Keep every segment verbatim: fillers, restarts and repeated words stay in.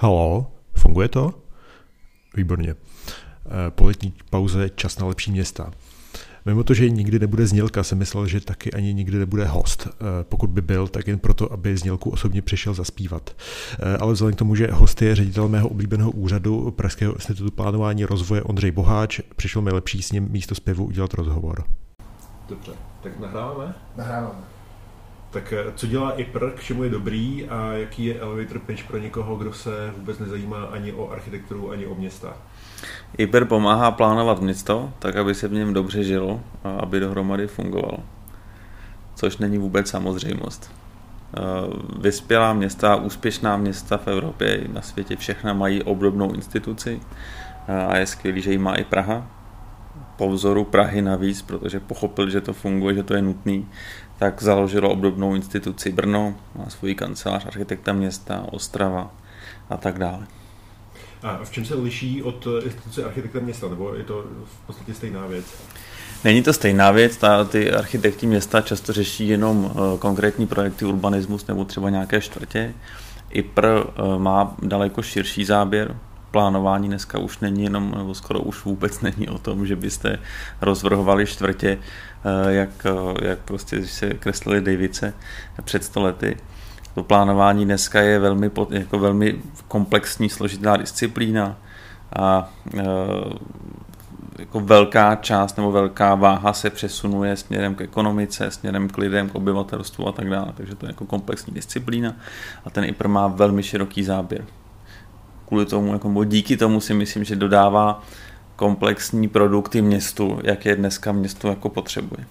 Halo, funguje to? Výborně. Po letní pauze čas na lepší města. Mimo to, že nikdy nebude znělka, jsem myslel, že taky ani nikdy nebude host. Pokud by byl, tak jen proto, aby znělku osobně přišel zaspívat. Ale vzhledem k tomu, že host je ředitel mého oblíbeného úřadu Pražského institutu plánování rozvoje Ondřej Boháč, přišlo mi lepší s ním místo zpěvu udělat rozhovor. Dobře, tak nahráváme? Nahráváme. Tak co dělá I P R, k čemu je dobrý a jaký je elevator pitch pro někoho, kdo se vůbec nezajímá ani o architekturu, ani o města? I P R pomáhá plánovat město, tak aby se v něm dobře žilo a aby dohromady fungovalo. Což není vůbec samozřejmost. Vyspělá města, úspěšná města v Evropě i na světě všechna mají obdobnou instituci a je skvělý, že ji má i Praha. Po vzoru Prahy navíc, protože pochopil, že to funguje, že to je nutný, tak založilo obdobnou instituci Brno, má svůj kancelář architekta města, Ostrava a tak dále. A v čem se liší od instituce architekta města, nebo je to v podstatě stejná věc? Není to stejná věc, ta, ty architekti města často řeší jenom uh, konkrétní projekty, urbanismus nebo třeba nějaké čtvrtě. I P R uh, má daleko širší záběr. Plánování dneska už není jenom, nebo skoro už vůbec není o tom, že byste rozvrhovali čtvrtě, uh, jak, uh, jak prostě se kreslili Davice před sto lety. To plánování dneska je velmi, jako velmi komplexní, složitá disciplína a e, jako velká část nebo velká váha se přesunuje směrem k ekonomice, směrem k lidem, k obyvatelstvu a tak dále. Takže to je jako komplexní disciplína a ten I P R má velmi široký záběr. Kvůli tomu, jako díky tomu si myslím, že dodává komplexní produkty městu, jak je dneska město jako potřebuje.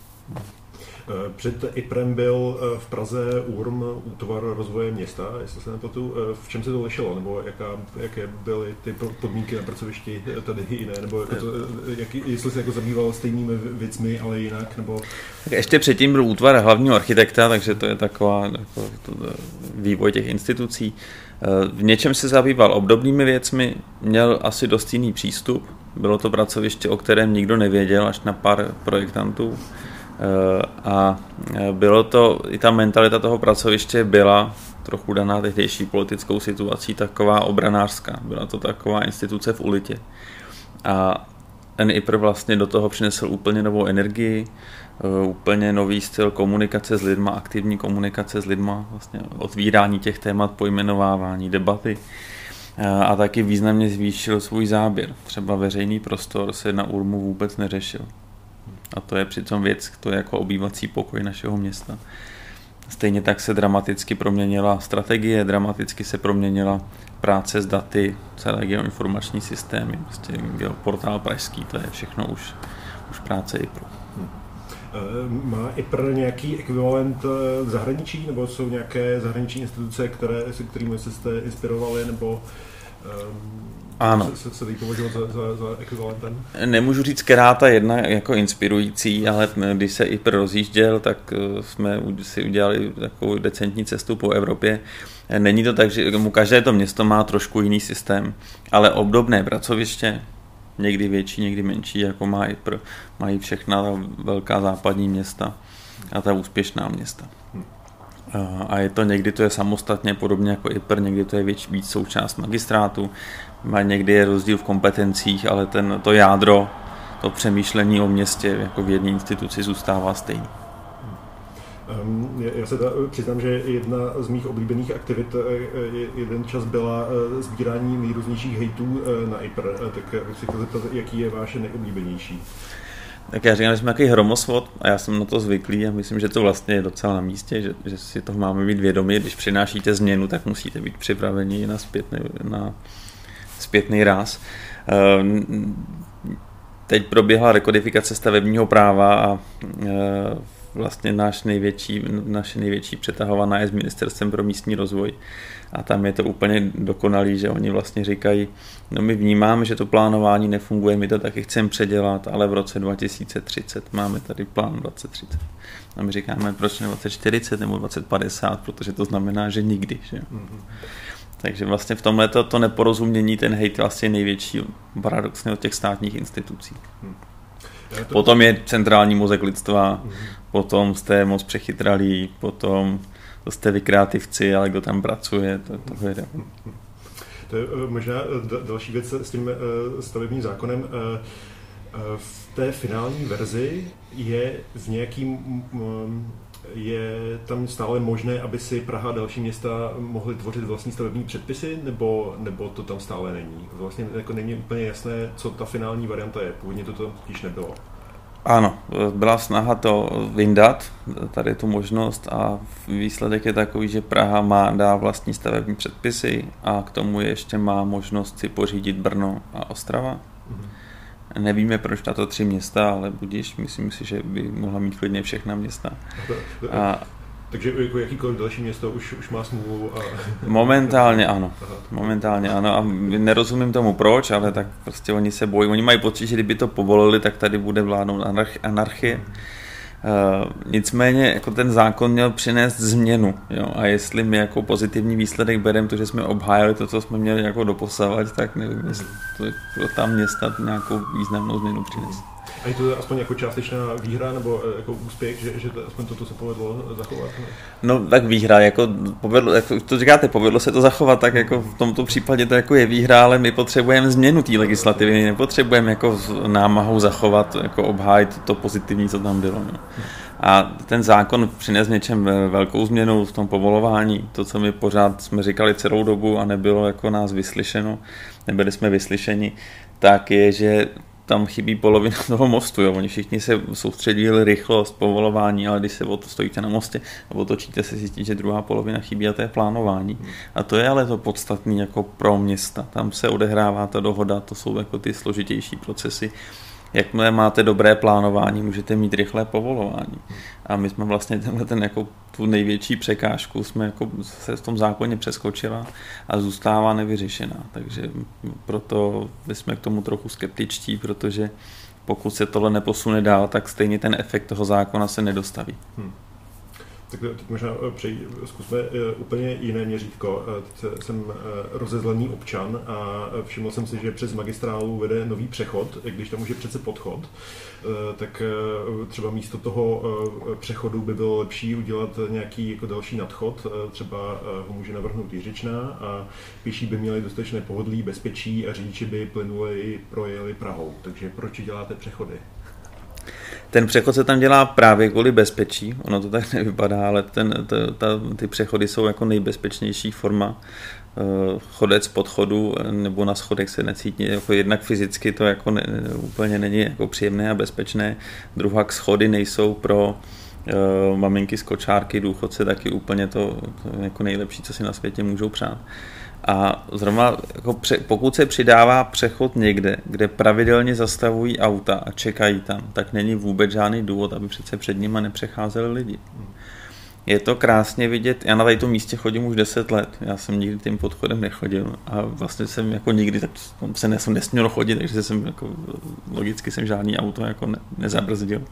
Před I P R em byl v Praze ú er em, útvar rozvoje města, jestli se nepletu. V čem se to lišilo, nebo jaká, jaké byly ty podmínky na pracovišti tady jiné, nebo jako to, jak, jestli se jako zabýval stejnými věcmi, ale jinak, nebo... Tak ještě předtím byl útvar hlavního architekta, takže to je taková jako, to, vývoj těch institucí. V něčem se zabýval obdobnými věcmi, měl asi dost jiný přístup. Bylo to pracoviště, o kterém nikdo nevěděl, až na pár projektantů. A bylo to, i ta mentalita toho pracoviště byla trochu daná tehdejší politickou situací taková obranářská. Byla to taková instituce v ulitě. A ten I P R vlastně do toho přinesl úplně novou energii, úplně nový styl komunikace s lidma, aktivní komunikace s lidma, vlastně otvírání těch témat, pojmenovávání, debaty. A taky významně zvýšil svůj záběr. Třeba veřejný prostor se na ú er emu vůbec neřešil. A to je přitom věc, to je jako obývací pokoj našeho města. Stejně tak se dramaticky proměnila strategie, dramaticky se proměnila práce s daty, celé geoinformační systémy, prostě geoportál pražský, to je všechno už, už práce I P R. Hmm. Má I P R nějaký ekvivalent v zahraničí, nebo jsou nějaké zahraniční instituce, které, se kterými jste inspirovali, nebo um... Ano. Se, se dají považovat za, za, za ekvivalentem? Nemůžu říct, která ta jedna jako inspirující, ale když se I P R rozjížděl, tak jsme si udělali takovou decentní cestu po Evropě. Není to tak, že mu každé to město má trošku jiný systém, ale obdobné pracoviště, někdy větší, někdy menší, jako má I P R, mají všechna ta velká západní města a ta úspěšná města. Hmm. A je to někdy to je samostatně, podobně jako I P R, někdy to je víc, víc součást magistrátu, někdy je rozdíl v kompetencích, ale ten, to jádro, to přemýšlení o městě jako v jedné instituci zůstává stejný. Já se přiznám, že jedna z mých oblíbených aktivit jeden čas byla sbírání nejrůznějších hejtů na I P R, tak bych se chtěl zeptat, jaký je váš nejoblíbenější? Tak já říkám, že jsme takový hromosvod a já jsem na to zvyklý a myslím, že to vlastně je docela na místě, že, že si toho máme být vědomi. Když přinášíte změnu, tak musíte být připraveni na zpětný, na zpětný ráz. Teď proběhla rekodifikace stavebního práva a vlastně náš největší, naše největší přetahovaná je s Ministerstvem pro místní rozvoj. A tam je to úplně dokonalý, že oni vlastně říkají, no my vnímáme, že to plánování nefunguje, my to taky chceme předělat, ale v roce dva tisíce třicet máme tady plán dvacet třicet. A my říkáme, proč ne dvacet čtyřicet nebo dvacet padesát, protože to znamená, že nikdy. Že? Mm-hmm. Takže vlastně v tomhle to, to neporozumění, ten hejt vlastně největší paradoxně od těch státních institucí. Hmm. To... Potom je centrální mozek lidstva, hmm. potom jste moc přechytralí, potom to jste vy kreativci, ale kdo tam pracuje, to, to jde. Hmm. To je možná další věc s tím stavebním zákonem. V té finální verzi je v nějakým je tam stále možné, aby si Praha a další města mohly tvořit vlastní stavební předpisy, nebo, nebo to tam stále není? Vlastně jako není úplně jasné, co ta finální varianta je. Původně to tam spíš nebylo. Ano, byla snaha to vyndat, tady tu možnost, a výsledek je takový, že Praha má dá vlastní stavební předpisy a k tomu ještě má možnost si pořídit Brno a Ostrava. Mhm. Nevíme, proč tato tři města, ale budíš, myslím si, že by mohla mít klidně všechna města. A, takže jako jakýkoliv další město už, už má smlouvu? A... Momentálně ano. Momentálně ano. A nerozumím tomu proč, ale tak prostě oni se bojí. Oni mají pocit, že kdyby to povolili, tak tady bude vládnout anarchie. Uh, nicméně jako ten zákon měl přinést změnu, jo? A jestli my jako pozitivní výsledek bereme to, že jsme obhájili to, co jsme měli jako doposavat, tak nevím, jestli to pro ta města nějakou významnou změnu přinést. A je to aspoň jako částečná výhra nebo jako úspěch, že, že to, aspoň toto se povedlo zachovat? Ne? No tak výhra, jako povedlo, jako to říkáte, povedlo se to zachovat, tak jako v tomto případě to jako je výhra, ale my potřebujeme změnu té legislativy, nepotřebujeme jako námahou zachovat, jako obhájit to pozitivní, co tam bylo. No. A ten zákon přines něčem velkou změnu v tom povolování, to, co my pořád jsme říkali celou dobu a nebylo jako nás vyslyšeno, nebyli jsme vyslyšeni, tak je, že tam chybí polovina toho mostu. Jo. Oni všichni se soustředili rychlost, povolování, ale když se o to stojíte na mostě a otočíte se, zjistíte, že druhá polovina chybí a to je plánování. A to je ale to podstatné jako pro města. Tam se odehrává ta dohoda, to jsou jako ty složitější procesy. Jakmile máte dobré plánování, můžete mít rychlé povolování. A my jsme vlastně tenhle ten jako tu největší překážku jsme jako se v tom zákoně přeskočila a zůstává nevyřešená. Takže proto jsme k tomu trochu skeptičtí, protože pokud se tohle neposune dál, tak stejně ten efekt toho zákona se nedostaví. Hmm. Tak teď možná přeji, zkusme úplně jiné měřítko. Teď jsem rozezlený občan a všiml jsem si, že přes magistrálu vede nový přechod, když tam už je přece podchod, tak třeba místo toho přechodu by bylo lepší udělat nějaký jako další nadchod, třeba ho může navrhnout Jiřičná a pěší by měli dostatečné pohodlí, bezpečí a řidiči by plynuli projeli Prahou. Takže proč děláte přechody? Ten přechod se tam dělá právě kvůli bezpečí, ono to tak nevypadá, ale ten, ta, ta, ty přechody jsou jako nejbezpečnější forma. Chodec pod chodu nebo na schodech se necítí, jako jednak fyzicky to jako ne, úplně není jako příjemné a bezpečné, druhak schody nejsou pro uh, maminky z kočárky, důchodce taky úplně to, to jako nejlepší, co si na světě můžou přát. A zrovna jako pře, pokud se přidává přechod někde, kde pravidelně zastavují auta a čekají tam, tak není vůbec žádný důvod, aby přece před nima nepřecházeli lidi. Je to krásně vidět, já na tady tom místě chodím už deset let, já jsem nikdy tím podchodem nechodil a vlastně jsem jako nikdy tak se ne, jsem nesměl chodit, takže jsem jako, logicky jsem žádný auto jako ne, nezabrzdil.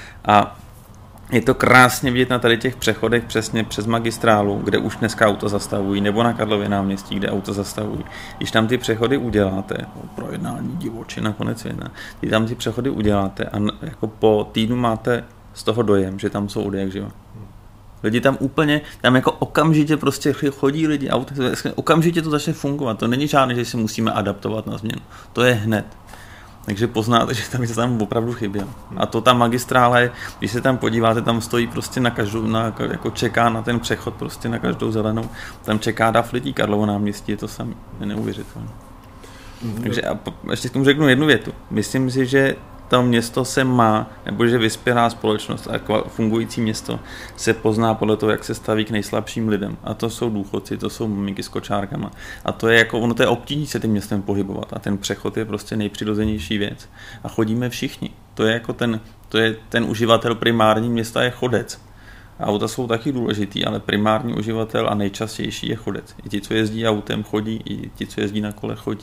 A je to krásně vidět na tady těch přechodech přesně přes magistrálu, kde už dneska auta zastavují, nebo na Karlově náměstí, kde auta zastavují. Když tam ty přechody uděláte, pro jednání divočina, konec světa, když tam ty přechody uděláte a jako po týdnu máte z toho dojem, že tam jsou od jak živa. Lidi tam úplně, tam jako okamžitě prostě chodí lidi, auta, okamžitě to začne fungovat. To není žádné, že si musíme adaptovat na změnu. To je hned. Takže poznáte, že tam je tam opravdu chyběl. A to ta magistrála je, když se tam podíváte, tam stojí prostě na každou, na, jako čeká na ten přechod prostě na každou zelenou. Tam čeká dav lidí, Karlovo náměstí je to samé. Je neuvěřitelné. Mm-hmm. Takže a ještě k tomu řeknu jednu větu. Myslím si, že to město se má, nebo že vyspělá společnost a fungující město se pozná podle toho, jak se staví k nejslabším lidem. A to jsou důchodci, to jsou maminky s kočárkama. A to je jako, ono to je obtížné se tím městem pohybovat. A ten přechod je prostě nejpřirozenější věc. A chodíme všichni. To je jako ten, to je ten uživatel primární města je chodec. Auta jsou taky důležitý, ale primární uživatel a nejčastější je chodec. I ti, co jezdí autem, chodí, i ti, co jezdí na kole, chodí.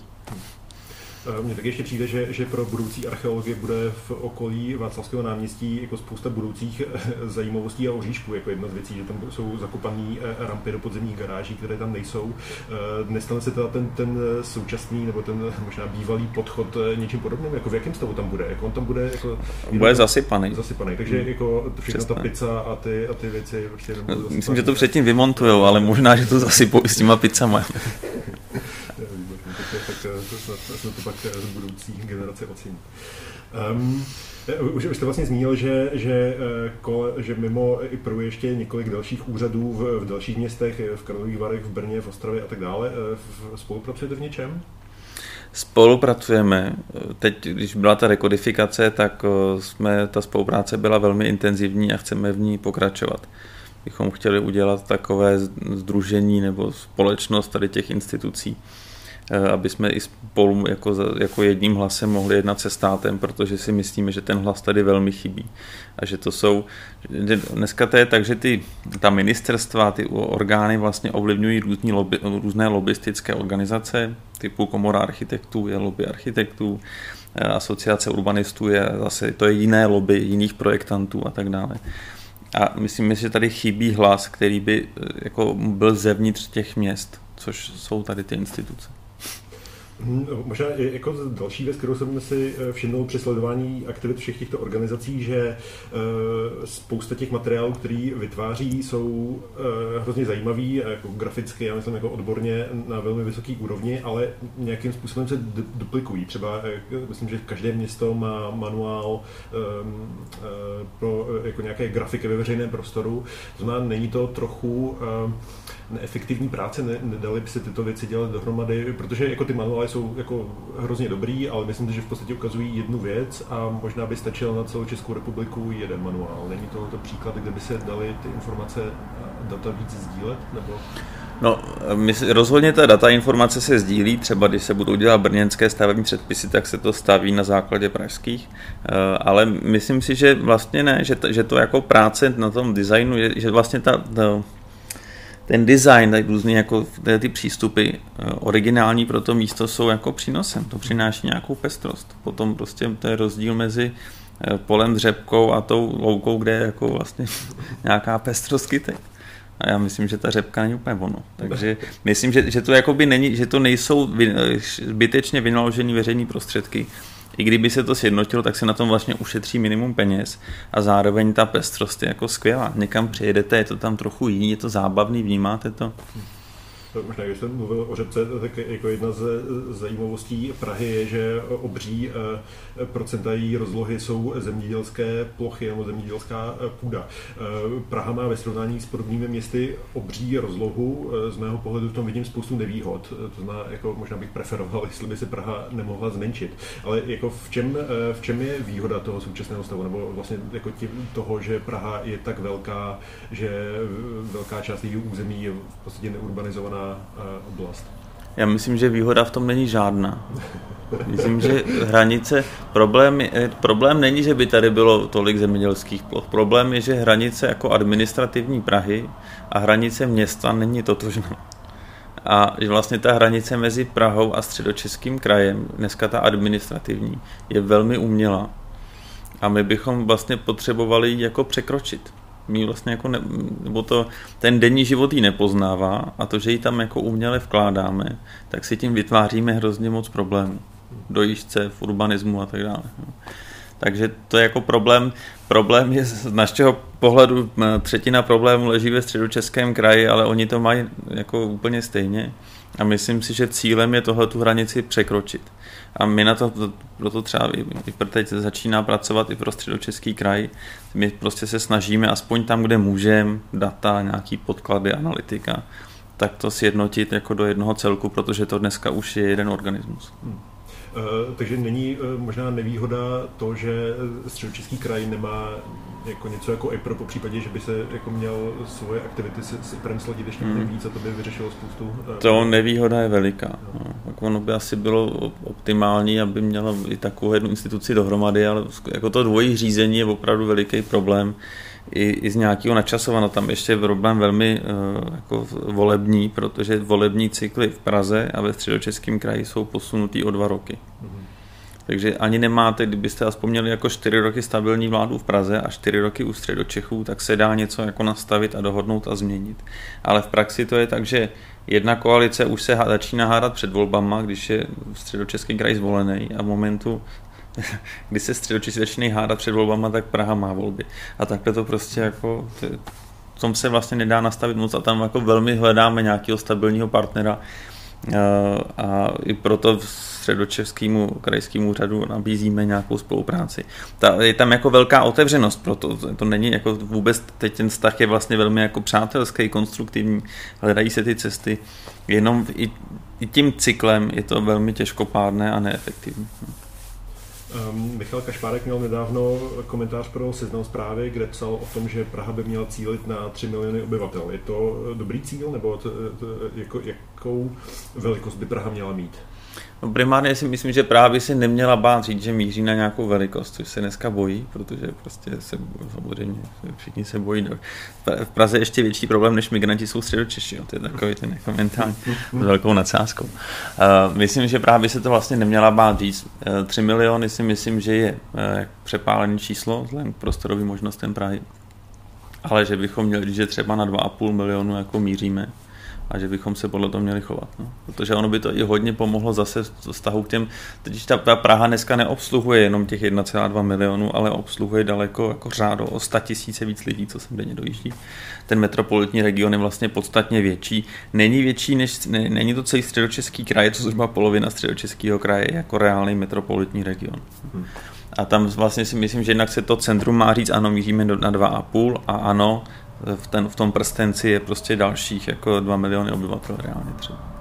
Mně tak ještě přijde, že, že pro budoucí archeologie bude v okolí Václavského náměstí jako spousta budoucích zajímavostí a oříšků. Jako jedna z věcí, že tam jsou zakopané rampy do podzemních garáží, které tam nejsou. Nestane se teda ten, ten současný nebo ten možná bývalý podchod něčím podobným? Jako v jakém stavu tam bude? Jako on tam bude jako bude zasypaný. zasypaný. Takže hmm. jako všechno ta pizza a ty, a ty věci prostě Myslím, že to předtím vymontujou, ale možná, že to zasypou s těma pizzama. tak snad to pak budoucí generace ocení. Um, už, už jste vlastně zmínil, že, že, kole, že mimo i pro ještě několik dalších úřadů v, v dalších městech, v Karlových Varech, v Brně, v Ostravě a tak dále. Spolupracujete v něčem? Spolupracujeme. Teď, když byla ta rekodifikace, tak jsme, ta spolupráce byla velmi intenzivní a chceme v ní pokračovat. Bychom chtěli udělat takové sdružení nebo společnost tady těch institucí, aby jsme i spolu jako, jako jedním hlasem mohli jednat se státem, protože si myslíme, že ten hlas tady velmi chybí. A že to jsou, že dneska to je tak, že ty, ta ministerstva, ty orgány vlastně ovlivňují různý lobby, různé lobbystické organizace, typu Komora architektů je lobby architektů, asociace urbanistů je zase, to je jiné lobby jiných projektantů a tak dále. A myslím, že tady chybí hlas, který by jako byl zevnitř těch měst, což jsou tady ty instituce. Možná jako další věc, kterou jsem si všimnul při sledování aktivit všech těchto organizací, že spousta těch materiálů, který vytváří, jsou hrozně zajímavý, jako graficky, já myslím jako odborně na velmi vysoký úrovni, ale nějakým způsobem se duplikují. Třeba myslím, že každé město má manuál pro jako nějaké grafiky ve veřejném prostoru. To znamená, není to trochu neefektivní práce, ne, nedali by se tyto věci dělat dohromady, protože jako ty manuály jsou jako hrozně dobrý, ale myslím, že v podstatě ukazují jednu věc a možná by stačil na celou Českou republiku jeden manuál. Není tohle příklad, kde by se dali ty informace a data víc sdílet? Nebo... No, my, rozhodně ta data informace se sdílí, třeba když se budou dělat brněnské stavební předpisy, tak se to staví na základě pražských, ale myslím si, že vlastně ne, že to, že to jako práce na tom designu, je, že vlastně ta, ta ten design, tak různý jako ty přístupy originální pro to místo jsou jako přínosem. To přináší nějakou pestrost. Potom prostě to je rozdíl mezi polem dřepkou a tou loukou, kde je jako vlastně nějaká pestrost kytek. A já myslím, že ta řepka není úplně ono. Takže myslím, že, že to jakoby není, že to nejsou zbytečně vynaložený veřejný prostředky. I kdyby se to sjednotilo, tak se na tom vlastně ušetří minimum peněz a zároveň ta pestrost je jako skvělá. Někam přijedete, je to tam trochu jiný, je to zábavný, vnímáte to? Možná, když jsem mluvil o řepce, tak jako jedna z zajímavostí Prahy je, že obří procenta její rozlohy jsou zemědělské plochy nebo zemědělská půda. Praha má ve srovnání s podobnými městy obří rozlohu. Z mého pohledu v tom vidím spoustu nevýhod. To znamená, jako možná bych preferoval, jestli by se Praha nemohla zmenšit. Ale jako v čem, v čem je výhoda toho současného stavu? Nebo vlastně jako tím toho, že Praha je tak velká, že velká část jejího území je v podstatě neurbanizovaná oblast. Já myslím, že výhoda v tom není žádná. Myslím, že hranice, problém, problém není, že by tady bylo tolik zemědělských ploch. Problém je, že hranice jako administrativní Prahy a hranice města není totožná. A že vlastně ta hranice mezi Prahou a Středočeským krajem, dneska ta administrativní, je velmi umělá. A my bychom vlastně potřebovali ji jako překročit. My vlastně jako ne, nebo to, ten denní život ji nepoznává a to, že ji tam jako uměle vkládáme, tak si tím vytváříme hrozně moc problémů. Do jížďce, v urbanismu a tak dále. Takže to je jako problém. Problém je z našeho pohledu, třetina problémů leží ve Středočeském kraji, ale oni to mají jako úplně stejně. A myslím si, že cílem je tohle tu hranici překročit. A my na to, proto třeba i, i teď začíná pracovat i pro Středočeský kraj. My prostě se snažíme aspoň tam, kde můžeme, data, nějaký podklady, analytika, tak to sjednotit jako do jednoho celku, protože to dneska už je jeden organismus. Hmm. Uh, takže není uh, možná nevýhoda to, že Středočeský kraj nemá jako něco jako I P R, po případě, že by se jako měl svoje aktivity s, s I P R em sladit ještě hmm. víc a to by vyřešilo spoustu... Uh, to nevýhoda je veliká. No. No. Tak ono by asi bylo optimální, aby měla i takovou jednu instituci dohromady, ale jako to dvojí řízení je opravdu veliký problém. I, i z nějakého načasování. Tam ještě je problém velmi uh, jako volební, protože volební cykly v Praze a ve Středočeském kraji jsou posunutý o dva roky. Mm-hmm. Takže ani nemáte, kdybyste aspoň měli jako čtyři roky stabilní vládu v Praze a čtyři roky u Středočechů, tak se dá něco jako nastavit a dohodnout a změnit. Ale v praxi to je tak, že jedna koalice už se začíná hádat před volbama, když je Středočeský kraj zvolený a v momentu kdy se Středočeši začínají hádat před volbama, tak Praha má volby. A takhle to prostě jako, v tom se vlastně nedá nastavit moc a tam jako velmi hledáme nějakého stabilního partnera, a i proto středočeskému krajskému úřadu nabízíme nějakou spolupráci. Ta, je tam jako velká otevřenost, proto to není jako vůbec, teď ten vztah je vlastně velmi jako přátelský, konstruktivní, hledají se ty cesty, jenom i, i tím cyklem je to velmi těžkopádné a neefektivní. Um, Michal Kašpárek měl nedávno komentář pro Seznam Zprávy, kde psal o tom, že Praha by měla cílit na tři miliony obyvatel. Je to dobrý cíl, nebo to, to, jako, jakou velikost by Praha měla mít? No primárně si myslím, že Praha by si neměla bát říct, že míří na nějakou velikost, což se dneska bojí, protože prostě se samozřejmě všichni se bojí. V Praze ještě větší problém než migranti jsou Středočeši, to je takový ten jako mentální s velkou nadsázkou. Uh, myslím, že Praha by se to vlastně neměla bát říct. Uh, tři miliony si myslím, že je uh, přepálené číslo vzhledem k prostorovým možnostem Prahy, ale že bychom měli říct, že třeba na dva a půl milionu jako míříme, a že bychom se podle toho měli chovat. No. Protože ono by to i hodně pomohlo zase v vztahu k těm, teď ta Praha dneska neobsluhuje jenom těch jedna celá dva milionu, ale obsluhuje daleko jako řádo o sta tisíce víc lidí, co sem denně dojíždí. Ten metropolitní region je vlastně podstatně větší. Není větší, než, ne, není to celý Středočeský kraj, je to zhruba polovina Středočeského kraje jako reálný metropolitní region. Hmm. A tam vlastně si myslím, že jinak se to centrum má říct, ano, míříme na dva a půl a ano, v, ten, v tom prstenci je prostě dalších jako dva miliony obyvatel reálně třeba.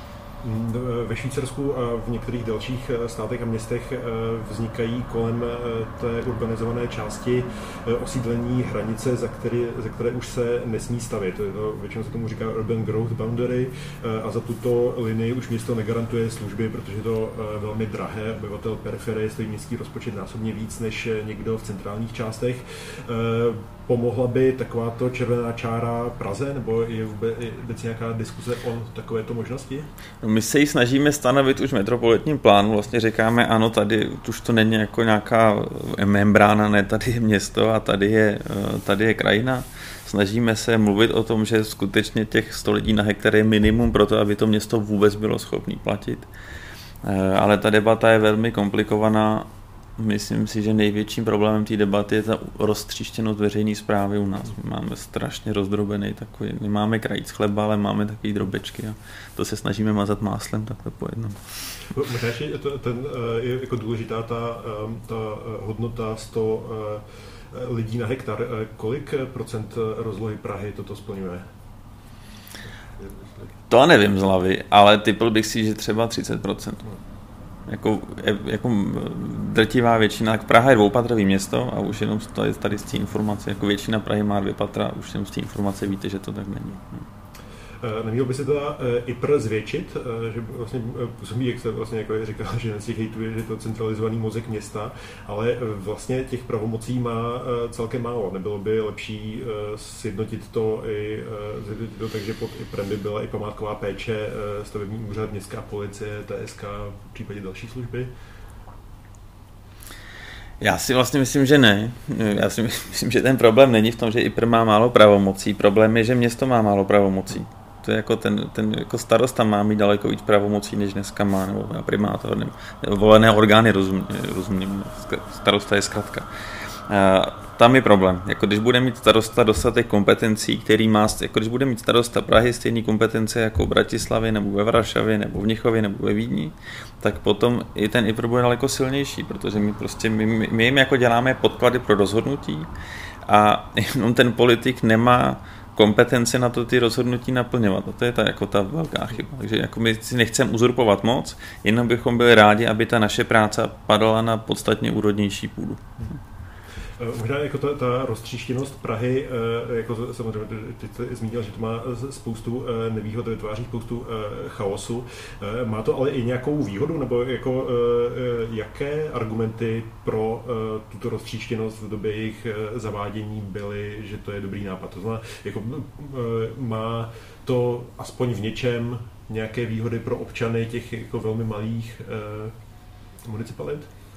Ve Švýcarsku a v některých dalších státech a městech vznikají kolem té urbanizované části osídlení hranice, za které, za které už se nesmí stavět. To, většinou se tomu říká Urban Growth Boundary a za tuto linii už město negarantuje služby, protože je to velmi drahé. Obyvatel periferie stojí městský rozpočet násobně víc než někdo v centrálních částech. Pomohla by takováto červená čára Praze, nebo je vůbec nějaká diskuze o takovéto možnosti? My se ji snažíme stanovit už v metropolitním plánu, vlastně říkáme, ano, tady už to není jako nějaká membrána, ne, tady je město a tady je, tady je krajina. Snažíme se mluvit o tom, že skutečně těch sto lidí na hektar je minimum pro to, aby to město vůbec bylo schopné platit. Ale ta debata je velmi komplikovaná. Myslím si, že největším problémem té debaty je ta roztříštěnost veřejné správy u nás. My máme strašně rozdrobený takový, nemáme krajíc chleba, ale máme takové drobečky a to se snažíme mazat máslem takhle po jednom. Možná ještě ten, je jako důležitá ta, ta hodnota sto lidí na hektar. Kolik procent rozlohy Prahy toto splňuje? To nevím z hlavy, ale typl bych si, že třeba třicet procent. Jako, jako drtivá většina, tak Praha je dvoupatrový město a už jenom tady, tady z té informace, jako většina Prahy má dvě patra, už jenom z té informace víte, že to tak není. Neměl by se teda I P R zvětšit, že vlastně působí, jak se vlastně jako říkal, že si hejtuje, že je to centralizovaný mozek města, ale vlastně těch pravomocí má celkem málo. Nebylo by lepší sjednotit to i to, takže pod I P R M by byla i památková péče, stavební úřad, městská policie, T S K, v případě další služby? Já si vlastně myslím, že ne. Já si myslím, že ten problém není v tom, že I P R má málo pravomocí. Problém je, že město má málo pravomocí. To je jako ten, ten jako starosta má mít daleko víc pravomocí, než dneska má, nebo primátor, nebo, nebo volené orgány, rozumím, rozumím, starosta je zkratka. Tam je problém. Jako když bude mít starosta dostatek kompetencí, který má, jako když bude mít starosta Prahy stejné kompetence jako v Bratislavě, nebo ve Varšavě, nebo v Mnichově, nebo ve Vídni, tak potom i ten I P R bude daleko silnější, protože my prostě, my, my jim jako děláme podklady pro rozhodnutí a jenom ten politik nemá kompetence na to ty rozhodnutí naplňovat. A to je ta, jako ta velká chyba. Takže jako my si nechceme uzurpovat moc, jenom bychom byli rádi, aby ta naše práce padala na podstatně úrodnější půdu. Možná jako ta, ta roztříštěnost Prahy, jako samozřejmě ty jsi zmínil, že to má spoustu nevýhod, vytváří spoustu chaosu. Má to ale i nějakou výhodu, nebo jako jaké argumenty pro tuto roztříštěnost v době jejich zavádění byly, že to je dobrý nápad? To znamená, jako má to aspoň v něčem nějaké výhody pro občany těch jako velmi malých municipalit?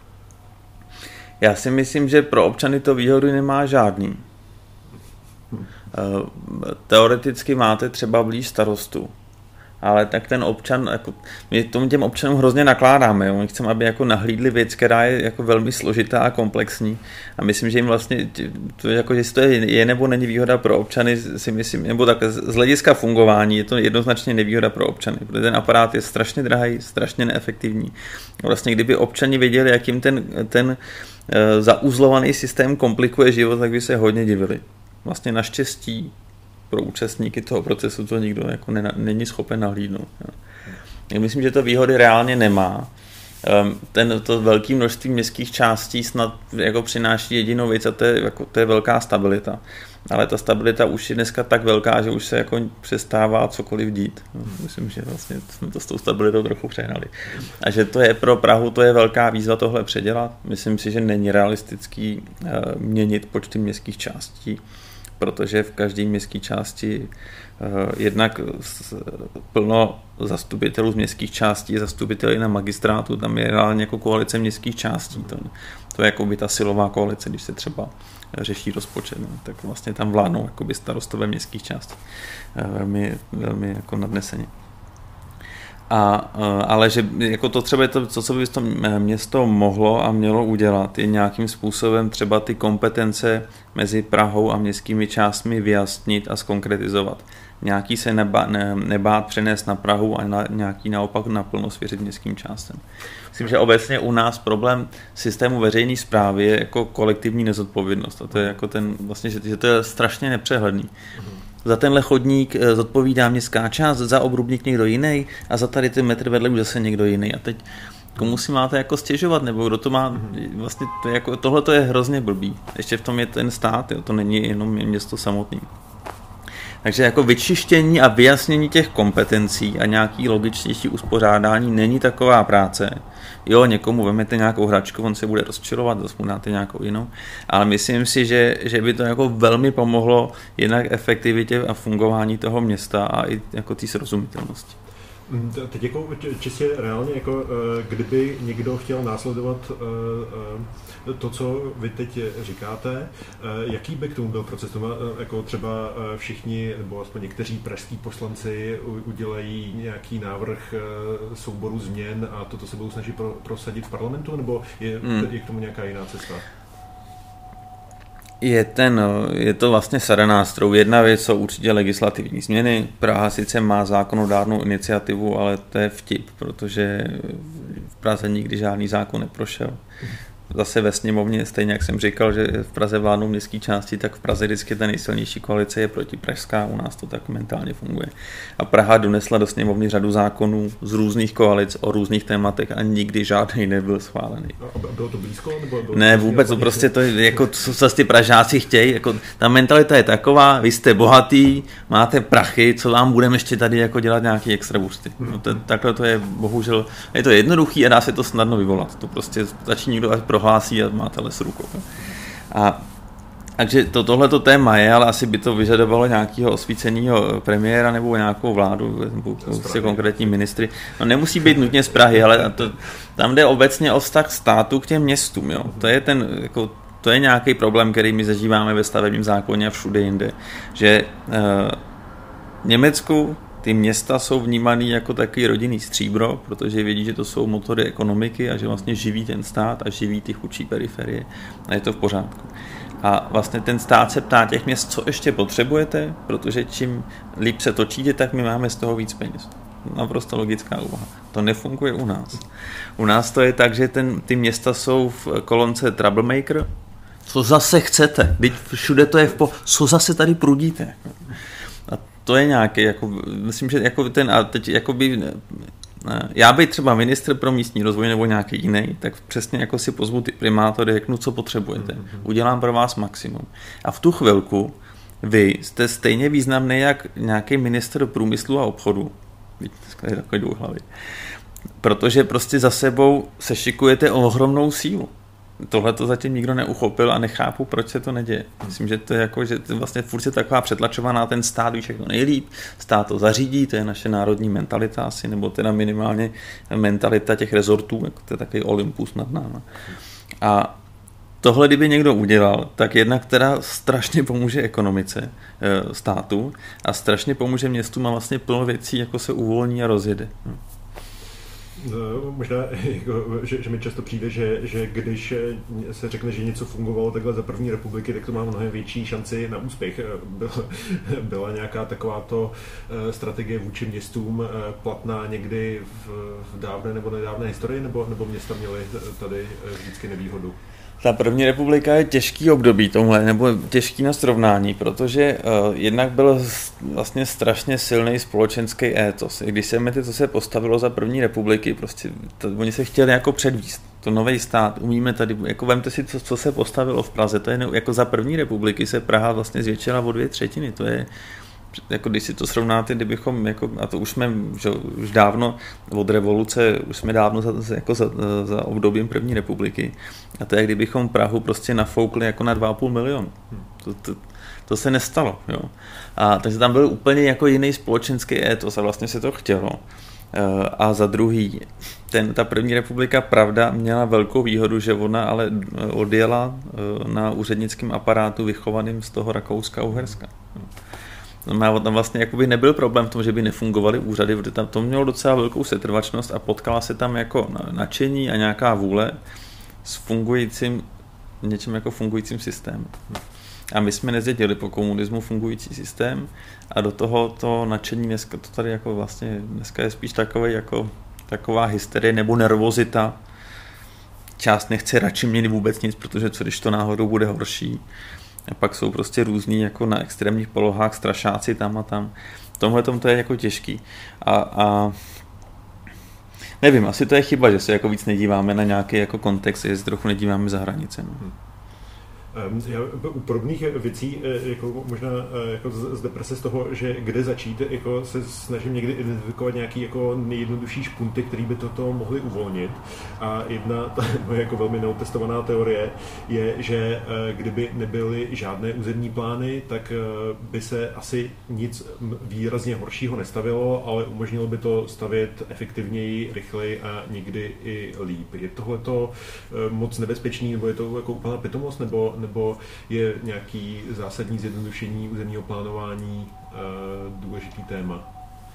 Já si myslím, že pro občany to výhody nemá žádný. Teoreticky máte třeba blíž starostu ale tak ten občan, jako, my tomu těm občanům hrozně nakládáme, jo? My chceme, aby jako nahlídli věc, která je jako velmi složitá a komplexní a myslím, že jim vlastně, to, jako, jestli to je, je nebo není výhoda pro občany, si myslím, nebo tak z hlediska fungování je to jednoznačně nevýhoda pro občany, protože ten aparát je strašně drahý, strašně neefektivní. Vlastně kdyby občani věděli, jak jim ten, ten zauzlovaný systém komplikuje život, tak by se hodně divili. Vlastně naštěstí pro účastníky toho procesu to nikdo jako ne, není schopen nahlídnout. Já myslím, že to výhody reálně nemá. Ten, to velké množství městských částí snad jako přináší jedinou věc a to je, jako, to je velká stabilita. Ale ta stabilita už je dneska tak velká, že už se jako přestává cokoliv dít. Myslím, že vlastně jsme to s tou stabilitou trochu přehnali. A že to je pro Prahu, to je velká výzva tohle předělat. Myslím si, že není realistický uh, měnit počty městských částí, protože v každé městské části uh, jednak plno zastupitelů z městských částí, zastupitelů na magistrátu, tam je reálně jako koalice městských částí. To, to je jako by ta silová koalice, když se třeba řeší rozpočet, no, tak vlastně tam vládnou jakoby starostové městských částí. Velmi, velmi jako nadneseně. A, ale že jako to třeba je to, co by to město mohlo a mělo udělat, je nějakým způsobem třeba ty kompetence mezi Prahou a městskými částmi vyjasnit a zkonkretizovat. Nějaký se neba, ne, nebát přenést na Prahu a na, nějaký naopak naplno svěřit městským částem. Myslím, že obecně u nás problém systému veřejné správy je jako kolektivní nezodpovědnost. A to je jako ten, vlastně, že, že to je strašně nepřehledný. Mm. Za tenhle chodník zodpovídá městská část, za obrubník někdo jiný a za tady ten metr vedle už zase někdo jiný. A teď komu si máte jako stěžovat, nebo kdo to má, vlastně to je jako, tohle to je hrozně blbý. Ještě v tom je ten stát, jo, to není jenom město samotný. Takže jako vyčištění a vyjasnění těch kompetencí a nějaký logičtější uspořádání není taková práce. Jo, někomu vemete nějakou hračku, on se bude rozčilovat, zase mu dáte nějakou jinou, ale myslím si, že, že by to jako velmi pomohlo jednak efektivitě a fungování toho města a i jako té srozumitelnosti. Teď jako čistě reálně, jako kdyby někdo chtěl následovat to, co vy teď říkáte, jaký by k tomu byl proces? Jako třeba všichni, nebo aspoň někteří pražský poslanci udělají nějaký návrh souboru změn a toto se budou snažit prosadit v parlamentu, nebo je, hmm. je k tomu nějaká jiná cesta? Je, ten, je to vlastně sada nástrojů. Jedna věc jsou určitě legislativní změny. Praha sice má zákonodárnou iniciativu, ale to je vtip, protože v Praze nikdy žádný zákon neprošel. Zase ve sněmovně, stejně jak jsem říkal, že v Praze vládnou městské části, tak v Praze vždycky ta nejsilnější koalice je protipražská, u nás to tak mentálně funguje. A Praha donesla do sněmovny řadu zákonů z různých koalic o různých tématech a nikdy žádný nebyl schválený. A bylo to blízko? Nebo bylo ne, vůbec, to prostě to je, jako, co zase ty Pražáci chtějí, jako, ta mentalita je taková, vy jste bohatý, máte prachy, co vám budeme ještě tady jako dělat nějaký extra buřty. No, to, takhle to je, bohužel, je to jednoduchý a dá se to snadno vyvolat. To prostě začí někdo prohlásí a máte les rukou. A takže to, tohleto téma je, ale asi by to vyžadovalo nějakého osvíceného premiéra nebo nějakou vládu, nebo prostě konkrétní ministry. No nemusí být nutně z Prahy, ale to, tam jde obecně o vztah státu k těm městům. Jo. To je ten, jako, to je nějaký problém, který my zažíváme ve stavebním zákoně a všude jinde. Že eh, v Německu ty města jsou vnímaný jako takový rodinný stříbro, protože vědí, že to jsou motory ekonomiky a že vlastně živí ten stát a živí ty chudší periferie a je to v pořádku. A vlastně ten stát se ptá těch měst, co ještě potřebujete, protože čím líp se točíte, tak my máme z toho víc peněz. Naprosto logická úvaha. To nefunguje u nás. U nás to je tak, že ten, ty města jsou v kolonce troublemaker. Co zase chcete? Teď všude to je v po... Co zase tady prudíte? A to je nějaký, jako, myslím, že jako ten, a teď jakoby, já bych třeba ministr pro místní rozvoj nebo nějaký jiný, tak přesně jako si pozvu ty primátory, řeknu, co potřebujete. Udělám pro vás maximum. A v tu chvilku vy jste stejně významný jak nějaký ministr průmyslu a obchodu. Dneska je takový dvouhlavý. Protože prostě za sebou se šikujete o ohromnou sílu. Tohle to zatím nikdo neuchopil a nechápu, proč se to neděje. Myslím, že to je jako, že to vlastně furt je taková přetlačovaná, ten stát ví všechno nejlíp, stát to zařídí, to je naše národní mentalita asi, nebo teda minimálně mentalita těch rezortů, jako to je takový Olympus nad náma. A tohle, kdyby někdo udělal, tak jednak která strašně pomůže ekonomice e, státu a strašně pomůže městům a vlastně plno věcí, jako se uvolní a rozjede. No. No, možná, jako, že, že mi často přijde, že, že když se řekne, že něco fungovalo takhle za první republiky, tak to má mnohem větší šanci na úspěch. Byla, byla nějaká takováto strategie vůči městům platná někdy v, v dávné nebo nedávné historii, nebo, nebo města měly tady vždycky nevýhodu? Ta první republika je těžký období tohle, nebo těžký na srovnání, protože uh, jednak byl vlastně strašně silný společenský étos. I když se mi to se postavilo za první republiky, prostě to, oni se chtěli jako předvíst. To nový stát, umíme tady, jako vemte si, co, co se postavilo v Praze, to je ne, jako za první republiky se Praha vlastně zvětšila o dvě třetiny, to je jako když si to srovnáte, kdybychom, jako, a to už jsme že, už dávno od revoluce, už jsme dávno za, jako za, za obdobím první republiky, a to je, kdybychom Prahu prostě nafoukli jako na dva a půl milionu. To, to, to se nestalo. Jo. A takže tam byl úplně jako jiný společenský étos a vlastně se to chtělo. A za druhý, ten, ta první republika, pravda, měla velkou výhodu, že ona ale odjela na úřednickém aparátu vychovaným z toho Rakouska a Uherska. No, tam vlastně jakoby nebyl problém v tom, že by nefungovaly úřady, protože tam to mělo docela velkou setrvačnost a potkala se tam jako nadšení a nějaká vůle s fungujícím, něčím jako fungujícím systémem. A my jsme nezdědili po komunismu fungující systém a do toho to nadšení dneska, to tady jako vlastně dneska je spíš takové jako taková hysterie nebo nervozita. Část nechce radši měnit vůbec nic, protože co když to náhodou bude horší. A pak jsou prostě různý jako na extrémních polohách strašáci tam a tam. V tomhle tom to je jako těžký. A, a nevím, asi to je chyba, že se jako víc nedíváme na nějaký jako kontext, že se trochu nedíváme za hranice. No. Já u podobných věcí jako možná jako z deprese z toho, že kde začít, jako se snažím někdy identifikovat nějaký jako nejjednodušší špunty, které by toto mohly uvolnit. A jedna ta moje jako velmi neotestovaná teorie je, že kdyby nebyly žádné územní plány, tak by se asi nic výrazně horšího nestavilo, ale umožnilo by to stavět efektivněji, rychleji a někdy i líp. Je tohleto moc nebezpečný, nebo je to jako úplná pitomost, nebo nebo je nějaký zásadní zjednodušení územního plánování e, důležitý téma?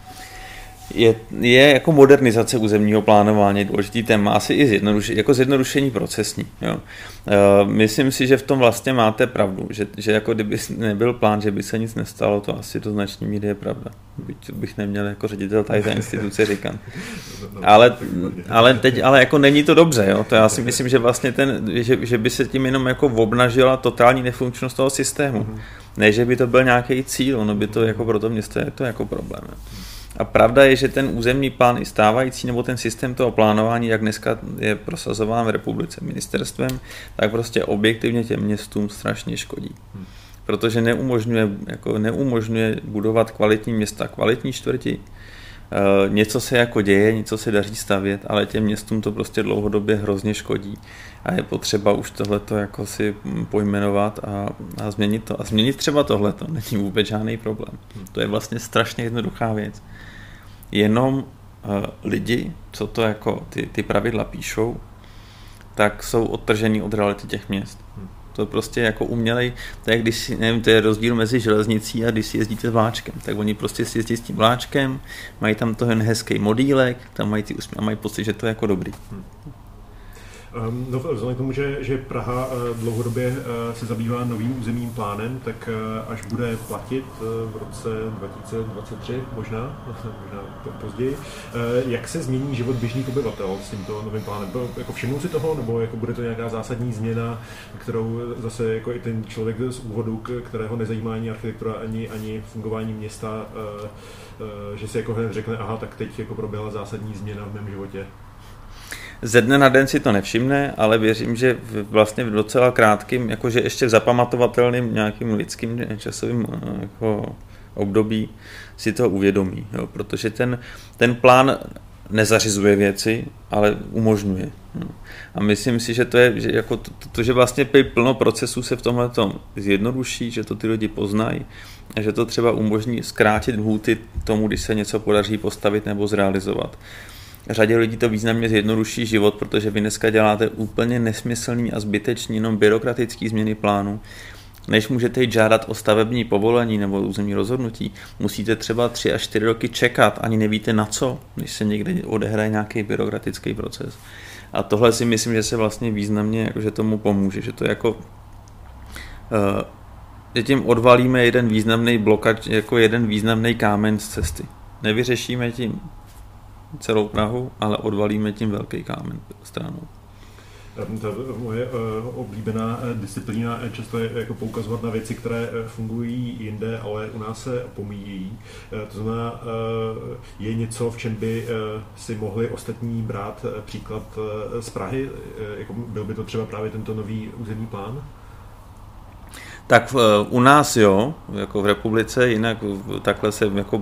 Je, je jako modernizace územního plánování důležitý téma, asi i zjednodušení, jako zjednodušení procesní. Jo. E, myslím si, že v tom vlastně máte pravdu, že, že jako kdyby nebyl plán, že by se nic nestalo, to asi do značné míry je pravda. Byť bych neměl jako ředitel tady té instituce říkat. Ale, ale teď, ale jako není to dobře, jo. To já si myslím, že vlastně ten, že, že by se tím jenom jako obnažila totální nefunkčnost toho systému. Ne, že by to byl nějaký cíl, ono by to jako pro to město je to jako problém. Jo. A pravda je, že ten územní plán i stávající, nebo ten systém toho plánování, jak dneska je prosazován v republice ministerstvem, tak prostě objektivně těm městům strašně škodí. Protože neumožňuje, jako neumožňuje budovat kvalitní města, kvalitní čtvrti. E, něco se jako děje, něco se daří stavět, ale těm městům to prostě dlouhodobě hrozně škodí. A je potřeba už tohleto jako si pojmenovat a, a změnit to. A změnit třeba tohleto není vůbec žádný problém. To je vlastně strašně jednoduchá věc. Jenom uh, lidi, co to jako ty, ty pravidla píšou, tak jsou odtržení od reality těch měst. To prostě jako umělej, to je, když si, nevím, to je rozdíl mezi železnicí a když si jezdíte s vláčkem. Tak oni prostě si jezdí s tím vláčkem, mají tam toho hezký modílek, tam mají ty úsměv a mají pocit, že to je jako dobrý. Hmm. Um, no, vzhledem k tomu, že, že Praha uh, dlouhodobě uh, se zabývá novým územním plánem, tak uh, až bude platit uh, v roce dva tisíce dvacet tři, možná, možná později, uh, jak se změní život běžných obyvatel s tímto novým plánem? Jako všimnout si toho, nebo jako bude to nějaká zásadní změna, kterou zase jako i ten člověk z úvodu, kterého nezajímá ani architektura, ani, ani fungování města, uh, uh, že si jako hned řekne, aha, tak teď jako proběhla zásadní změna v mém životě? Ze dne na den si to nevšimne, ale věřím, že vlastně v docela krátkým, jakože ještě v zapamatovatelným nějakým lidským časovým jako období si to uvědomí, jo, protože ten, ten plán nezařizuje věci, ale umožňuje. Jo. A myslím si, že to je, že jako to, to, že vlastně plno procesů se v tomhle tom zjednoduší, že to ty lidi poznají a že to třeba umožní zkrátit lhůty tomu, když se něco podaří postavit nebo zrealizovat. řadě lidí to významně zjednoduší život, protože vy dneska děláte úplně nesmyslný a zbytečný jenom byrokratický změny plánu. Než můžete jít žádat o stavební povolení nebo územní rozhodnutí, musíte třeba tři až čtyři roky čekat, ani nevíte na co, když se někde odehraje nějaký byrokratický proces. A tohle si myslím, že se vlastně významně jakože tomu pomůže, že to jako uh, že tím odvalíme jeden významný blokač, jako jeden významný kámen z cesty. Nevyřešíme tím celou Prahu, ale odvalíme tím velký kámen stranou. Ta moje oblíbená disciplína často je jako poukazovat na věci, které fungují jinde, ale u nás se opomíjí. To znamená, je něco, v čem by si mohli ostatní brát příklad z Prahy? Jako byl by to třeba právě tento nový územní plán? Tak v, u nás jo, jako v republice, jinak takhle se jako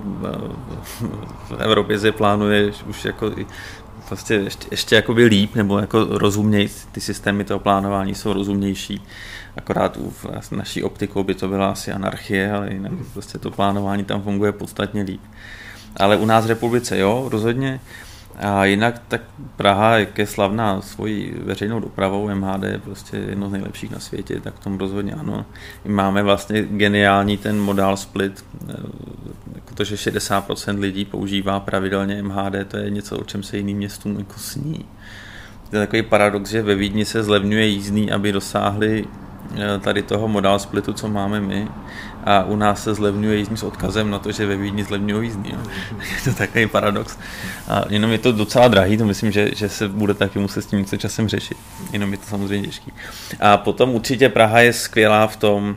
v Evropě se plánuje už jako vlastně ještě, ještě jakoby líp, nebo jako rozumněji, ty systémy toho plánování jsou rozumnější. Akorát v naší optikou by to byla asi anarchie, ale jinak prostě to plánování tam funguje podstatně líp. Ale u nás v republice jo, rozhodně. A jinak tak Praha, jak je slavná svojí veřejnou dopravou, M H D je prostě jedno z nejlepších na světě, tak v tom rozhodně ano. Máme vlastně geniální ten modál split, jako to, že šedesát procent lidí používá pravidelně M H D, to je něco, o čem se jiným městům jako sní. To je takový paradox, že ve Vídni se zlevňuje jízdný, aby dosáhli tady toho modál splitu, co máme my, a u nás se zlevňuje jízdní s odkazem na to, že ve Vídni zlevňují jízdní. No. Je to takový paradox. A jenom je to docela drahý, to myslím, že, že se bude taky muset s tím něco časem řešit. Jenom je to samozřejmě těžký. A potom určitě Praha je skvělá v tom,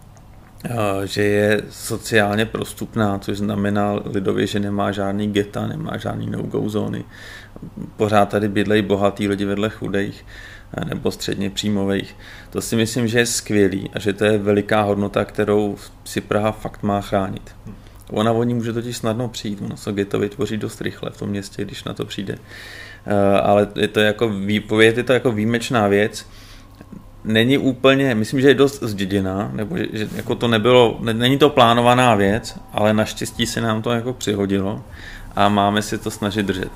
že je sociálně prostupná, což znamená lidově, že nemá žádný geta, nemá žádný no-go zóny. Pořád tady bydlejí bohatý lidi vedle chudých nebo středně příjmových. To si myslím, že je skvělý a že to je veliká hodnota, kterou si Praha fakt má chránit. Ona o ní může totiž snadno přijít, ono se ghetto vytvoří dost rychle v tom městě, když na to přijde. Ale je to jako výpověď, je to jako výjimečná věc. Není úplně, myslím, že je dost zděděná, nebo že, že jako to nebylo, není to plánovaná věc, ale naštěstí se nám to jako přihodilo a máme si to snažit držet.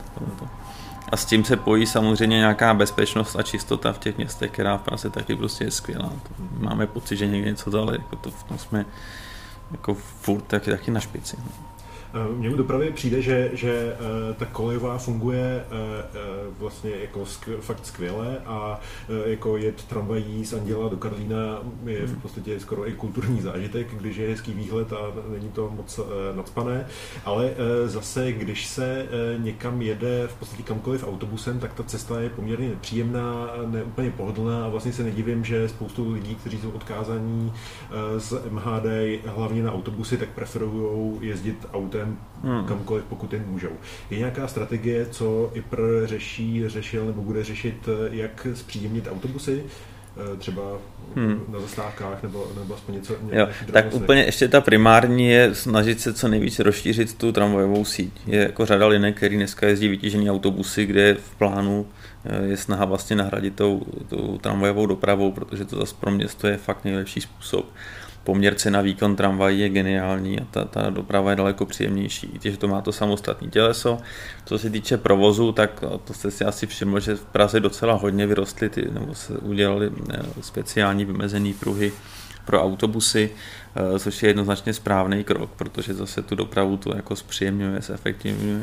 A s tím se pojí samozřejmě nějaká bezpečnost a čistota v těch městech, která v Praze taky prostě je skvělá. Máme pocit, že někde něco dále, jako to v tom jsme jako furt taky, taky na špici. Mně u dopravy přijde, že, že ta kolejová funguje vlastně jako skv, fakt skvěle a jako jet tramvají z Anděla do Karlína je v podstatě skoro i kulturní zážitek, když je hezký výhled a není to moc nacpané, ale zase, když se někam jede v podstatě kamkoliv autobusem, tak ta cesta je poměrně nepříjemná, neúplně pohodlná a vlastně se nedivím, že spoustu lidí, kteří jsou odkázaní z M H D hlavně na autobusy, tak preferují jezdit autem Hmm. kamkoliv, pokud jen můžou. Je nějaká strategie, co I P R řeší, řešil nebo bude řešit, jak zpříjemnit autobusy? Třeba hmm. na zastávkách nebo, nebo aspoň něco? Jo, tak úplně ještě ta primární je snažit se co nejvíce rozšířit tu tramvajovou síť. Je jako řada linek, který dneska jezdí vytížený autobusy, kde v plánu je snaha vlastně nahradit tou, tou tramvajovou dopravou, protože to zase pro město je fakt nejlepší způsob. Poměr cena výkon tramvají je geniální a ta, ta doprava je daleko příjemnější. I že to má to samostatné těleso. Co se týče provozu, tak to jste si asi všiml, že v Praze docela hodně vyrostly, ty, nebo se udělali speciální vymezené pruhy pro autobusy, což je jednoznačně správný krok, protože zase tu dopravu to jako zpříjemňuje, zefektivňuje.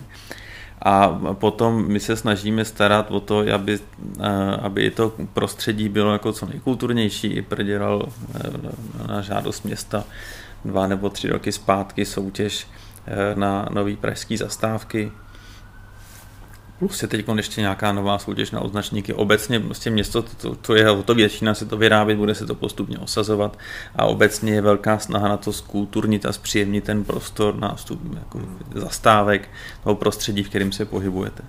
A potom my se snažíme starat o to, aby, aby to prostředí bylo jako co nejkulturnější. I P R dělal na žádost města dva nebo tři roky zpátky soutěž na nový pražský zastávky. Plus je teď ještě nějaká nová soutěž na označníky. Obecně prostě město, to, to je o to většina se to vyrábět, bude se to postupně osazovat a obecně je velká snaha na to zkulturnit a zpříjemnit ten prostor nástup jako zastávek, toho prostředí, v kterém se pohybujete.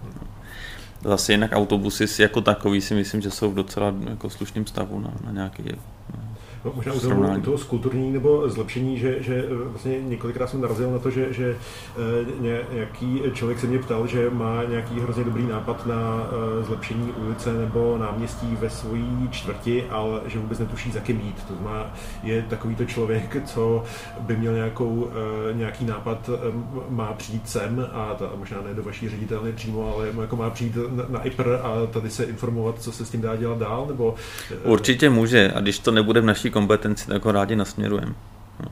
Zase jinak autobusy jako takový si myslím, že jsou v docela jako slušným stavu na, na nějaký... No, možná u toho, u toho skulpturní nebo zlepšení, že, že vlastně několikrát jsem narazil na to, že, že nějaký člověk se mě ptal, že má nějaký hrozně dobrý nápad na zlepšení ulice nebo náměstí ve svojí čtvrti, ale že vůbec netuší, za kým jít. To znamená, je takovýto člověk, co by měl nějakou, nějaký nápad, má přijít sem a ta, možná ne do vaší ředitelny přímo, ale jako má přijít na, na I P R a tady se informovat, co se s tím dá dělat dál? Nebo... Určitě může, a když to nebude v naší kompetenci, tak ho rádi nasměrujeme. No.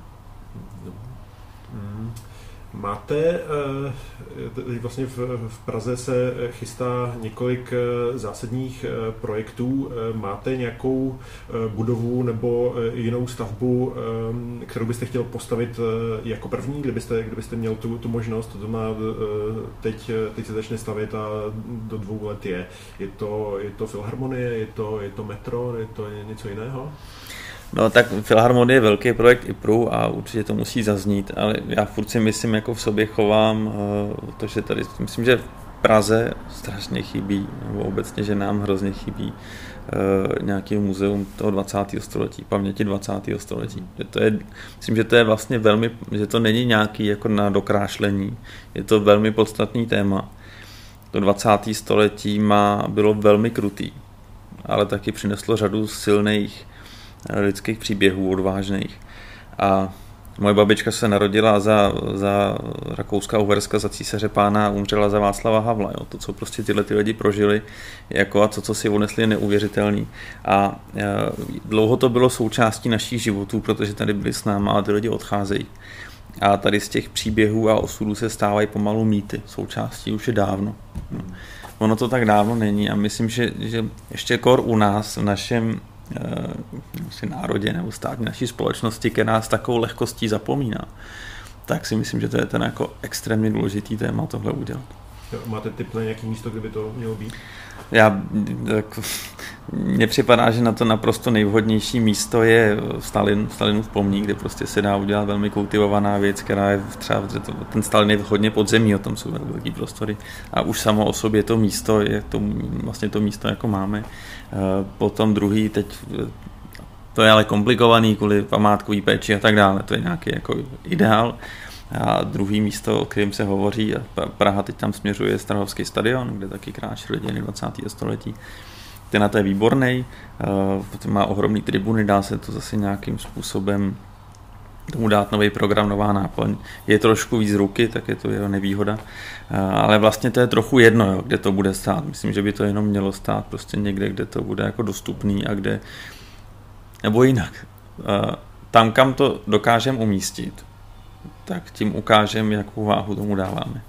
Máte, vlastně v Praze se chystá několik zásadních projektů. Máte nějakou budovu nebo jinou stavbu, kterou byste chtěl postavit jako první, kdybyste, kdybyste měl tu, tu možnost? To má teď, teď se začne stavět a do dvou let je. Je to, je to Filharmonie, je to, je to metro, je to něco jiného? No tak Filharmonie je velký projekt I P R U a určitě to musí zaznít, ale já furt si myslím, jako v sobě chovám to, že tady, myslím, že v Praze strašně chybí, nebo obecně, že nám hrozně chybí nějaký muzeum toho dvacátého století, paměti dvacátého století. Že to je, myslím, že to je vlastně velmi, že to není nějaký jako na dokrášlení, je to velmi podstatný téma. To dvacáté století má, bylo velmi krutý, ale taky přineslo řadu silných lidských příběhů odvážných. A moje babička se narodila za, za Rakouska a Uherska za císaře pána a umřela za Václava Havla. Jo. To, co prostě tyhle ty lidi prožili, jako a to, co si odnesli, je neuvěřitelný. A e, dlouho to bylo součástí našich životů, protože tady byli s náma a ty lidi odcházejí. A tady z těch příběhů a osudů se stávají pomalu mýty. Součástí už je dávno. No. Ono to tak dávno není a myslím, že, že ještě kor u nás, v našem e, národě nebo státní naší společnosti, která s takovou lehkostí zapomíná, tak si myslím, že to je ten jako extrémně důležitý téma tohle udělat. Máte tip na nějaké místo, kde by to mělo být? Já, tak, mně připadá, že na to naprosto nejvhodnější místo je Stalin, Stalinův pomník, kde prostě se dá udělat velmi kultivovaná věc, která je třeba, ten Stalin je hodně podzemí, o tom jsou velký prostory a už samo o sobě to místo je to, vlastně to místo jako máme. Potom druhý, teď to je ale komplikovaný kvůli památkový péči a tak dále, to je nějaký jako ideál. A druhý místo, o kterém se hovoří, a Praha teď tam směřuje, Strahovský stadion, kde taky kráčely dějiny dvacátého století. Ten na to je výborný, má ohromný tribuny, dá se to zase nějakým způsobem tomu dát nový program, nová náplň. Je trošku víc ruky, tak je to jeho nevýhoda, ale vlastně to je trochu jedno, jo, kde to bude stát. Myslím, že by to jenom mělo stát prostě někde, kde to bude jako dostupný a kde, nebo jinak. Tam, kam to dokážeme umístit, tak tím ukážeme, jakou váhu tomu dáváme.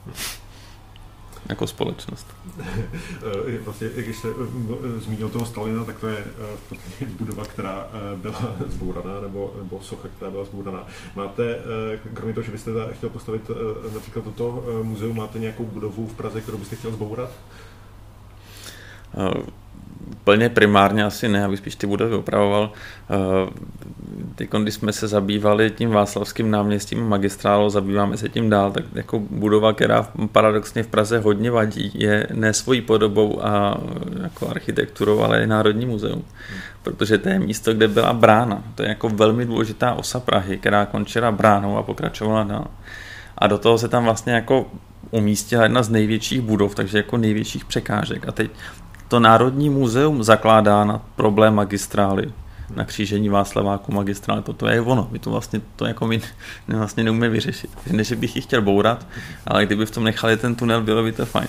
Jako společnost. Vlastně, když se zmínil toho Stalina, tak to je budova, která byla zbouraná, nebo, nebo socha, která byla zbouraná. Máte, kromě toho, že byste chtěl postavit například toto muzeum, máte nějakou budovu v Praze, kterou byste chtěl zbourat? Plně primárně asi ne, abych spíš ty budovy opravoval. Teď, když jsme se zabývali tím Václavským náměstím a magistrálou, zabýváme se tím dál, tak jako budova, která paradoxně v Praze hodně vadí, je ne svojí podobou a jako architekturou, ale je Národní muzeum. Protože to je místo, kde byla brána. To je jako velmi důležitá osa Prahy, která končila bránou a pokračovala dál. A do toho se tam vlastně jako umístila jedna z největších budov, takže jako největších překážek. A teď to Národní muzeum zakládá na problém magistrály, na křížení Václaváku magistrály. To je ono. My to vlastně, to jako my vlastně neumíme vyřešit. Ne, že bych ji chtěl bourat, ale kdyby v tom nechali ten tunel, bylo by to fajn.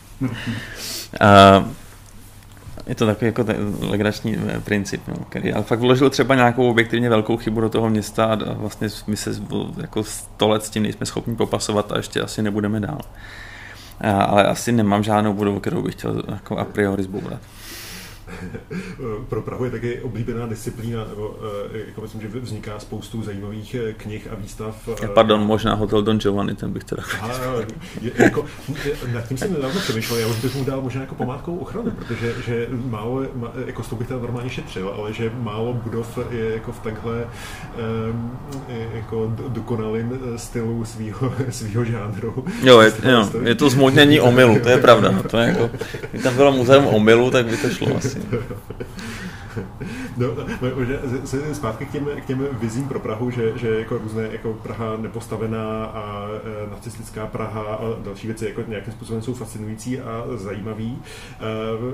A je to takový jako legrační princip, no, který ale fakt vložil třeba nějakou objektivně velkou chybu do toho města a vlastně my se jako sto let s tím nejsme schopni popasovat a ještě asi nebudeme dál. Ale asi nemám žádnou budovu, kterou bych chtěl jako a priori zbourat. Pro Prahu je taky oblíbená disciplína, nebo jako myslím, že vzniká spoustu zajímavých knih a výstav. Pardon, možná hotel Don Giovanni, ten bych teda chtěl. Jako, nad tím jsem nedávno přemýšlel, já už bych mu dal možná jako památkovou ochranu, protože že málo, jako s tou bych teda normálně šetřil, ale že málo budov je jako v takhle jako dokonalým stylu svýho, svýho žánru. Jo, je, jo, je to zmodnění omylu, to je pravda. To je jako, kdyby tam bylo muzeum omylu, tak by to šlo asi. No, možná se zpátky k těm, k těm vizím pro Prahu, že, že jako různé jako Praha nepostavená a e, nacistická Praha a další věci jako nějakým způsobem jsou fascinující a zajímavý. E,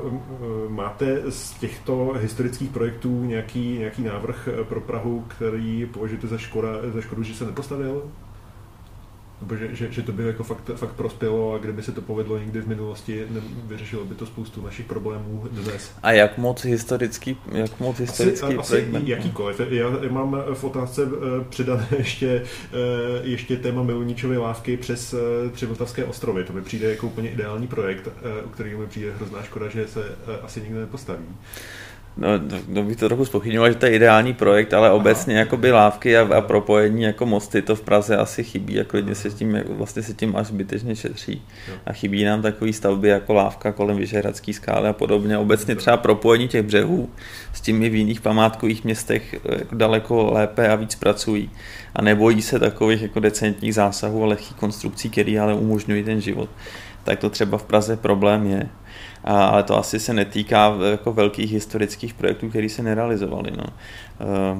máte z těchto historických projektů nějaký, nějaký návrh pro Prahu, který považujete za, škoda, za škodu, že se nepostavil? Nebo že, že, že to by jako fakt, fakt prospělo a kdyby se to povedlo někdy v minulosti, vyřešilo by to spoustu našich problémů dnes. A jak moc historický, jak moc historický asi, asi jakýkoliv. Já mám v otázce přidané ještě, ještě téma Miluničovy lávky přes Třebotavské ostrovy. To mi přijde jako úplně ideální projekt, u kterého mi přijde hrozná škoda, že se asi nikdy nepostaví. No, no bych to trochu zpochybňoval, že to je ideální projekt, ale obecně jakoby lávky a, a propojení jako mosty to v Praze asi chybí, jako lidé se tím, vlastně se tím až zbytečně šetří. A chybí nám takové stavby jako lávka kolem Vyšehradské skály a podobně. Obecně třeba propojení těch břehů s tím i v jiných památkových městech jako daleko lépe a víc pracují. A nebojí se takových jako decentních zásahů a lehkých konstrukcí, které ale umožňují ten život. Tak to třeba v Praze problém je. A, ale to asi se netýká jako velkých historických projektů, které se nerealizovaly. No. Uh,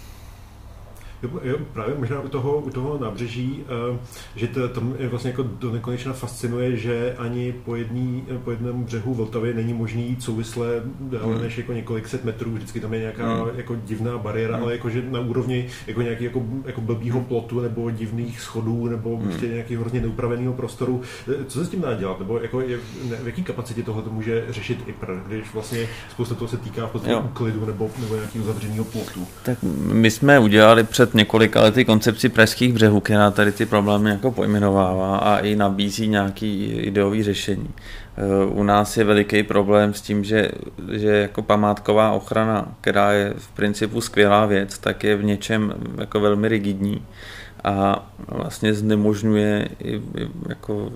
Jo, jo, právě možná u toho, u toho nábřeží, že to tam vlastně jako do nekonečna fascinuje, že ani po, jedný, po jednom břehu Vltavy není možný jít souvisle dále hmm. než jako několik set metrů, vždycky tam je nějaká hmm. jako divná bariéra, hmm. ale jakože na úrovni jako nějaký jako, jako blbýho plotu nebo divných schodů nebo hmm. prostě nějakého hrozně neupraveného prostoru. Co se s tím dá dělat? Nebo jako je, ne, v jaký kapacitě tohle to může řešit I P R, když vlastně spousta toho se týká v podstatě úklidu nebo, nebo nějakého zavřeného plotu? Tak my jsme udělali před několika lety koncepci pražských břehů, která tady ty problémy jako pojmenovává a i nabízí nějaký ideový řešení. U nás je veliký problém s tím, že, že jako památková ochrana, která je v principu skvělá věc, tak je v něčem jako velmi rigidní a vlastně znemožňuje i jako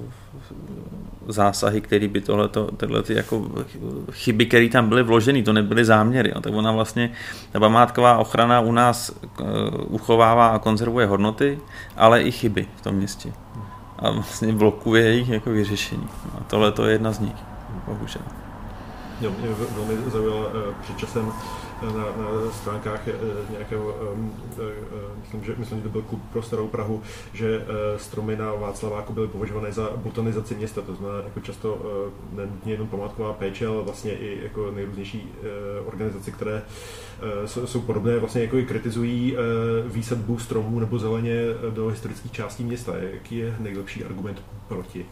zásahy, které by tohleto, tyhle ty jako chyby, které tam byly vloženy, to nebyly záměry. Tak ona vlastně, ta památková ochrana u nás uchovává a konzervuje hodnoty, ale i chyby v tom městě. A vlastně blokuje jejich jako vyřešení. A tohle to je jedna z nich, bohužel. Jo, mě velmi zaujalo před časem na, na stránkách nějakého, myslím že, myslím, že to byl klub pro Starou Prahu, že stromy na Václaváku byly považované za botanizaci města, to znamená jako často nenutně jenom památková péče, ale vlastně i jako nejrůznější organizace, které jsou podobné, vlastně jako i kritizují výsadbu stromů nebo zeleně do historických částí města. Jaký je nejlepší argument proti?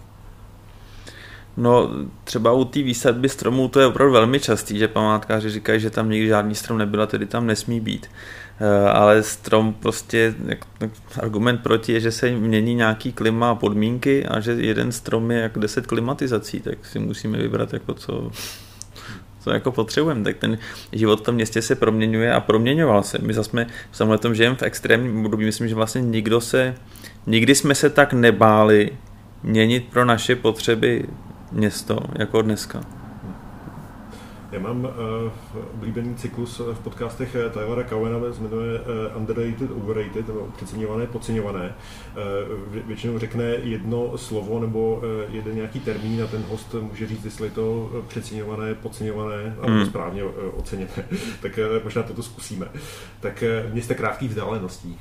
No třeba u té výsadby stromů to je opravdu velmi častý, že památkáři říkají, že tam nikdy žádný strom nebyl a tedy tam nesmí být. Ale strom prostě, argument proti je, že se mění nějaký klima a podmínky a že jeden strom je jako deset klimatizací, tak si musíme vybrat jako co, co jako potřebujeme. Tak ten život v tom městě se proměňuje a proměňoval se. My zase v tomhletom žijeme v extrémním období, myslím, že vlastně nikdo se, nikdy jsme se tak nebáli měnit pro naše potřeby město, jako dneska. Já mám uh, oblíbený cyklus v podcastech Tylera Cowena, se jmenuje uh, Underrated, Overrated, nebo přeceňované, podceňované. Uh, většinou řekne jedno slovo nebo uh, jeden nějaký termín a ten host může říct, jestli je to přeceňované, podceňované a hmm. správně uh, oceněné. Tak uh, možná toto zkusíme. Tak uh, město krátkých vzdáleností.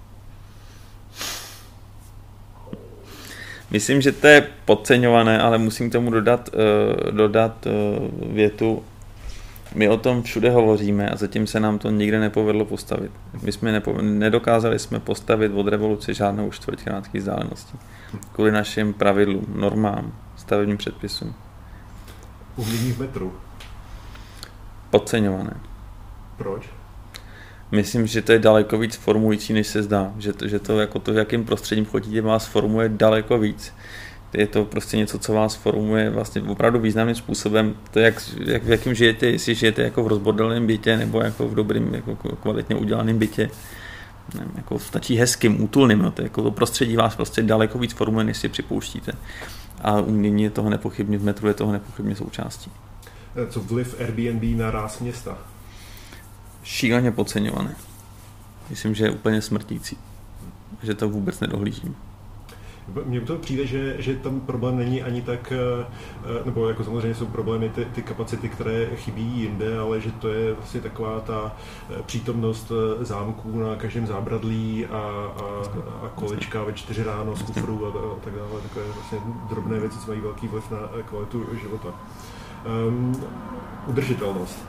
Myslím, že to je podceňované, ale musím k tomu dodat, uh, dodat uh, větu. My o tom všude hovoříme a zatím se nám to nikde nepovedlo postavit. My jsme nepo, nedokázali jsme postavit od revoluce žádnou čtvrť krátkých vzdáleností. Kvůli našim pravidlům, normám, stavebním předpisům. Umění v metru. Podceňované. Proč? Myslím, že to je daleko víc formující, než se zdá. Že to, že to jako to, jakým prostředím chodíte, vás formuje daleko víc. Je to prostě něco, co vás formuje vlastně opravdu významným způsobem. To, jak, jak, v jakým žijete, jestli žijete jako v rozbordelném bytě, nebo jako v dobrým, jako kvalitně udělaném bytě. Nevím, jako stačí hezkým, útulným. No, to, jako to prostředí vás prostě daleko víc formuje, než si připouštíte. A umění je toho nepochybně, v metru je toho nepochybně součástí. Co vliv Airbnb na ráz města? Šíleně podceňované. Myslím, že je úplně smrtící. Že to vůbec nedohlížím. Mně to přijde, že, že tam problém není ani tak, nebo jako samozřejmě jsou problémy ty, ty kapacity, které chybí jinde, ale že to je vlastně taková ta přítomnost zámků na každém zábradlí a, a, a kolečka ve čtyři ráno z kufru a, a tak dále. Takové vlastně drobné věci, co mají velký vliv na kvalitu života. Um, udržitelnost.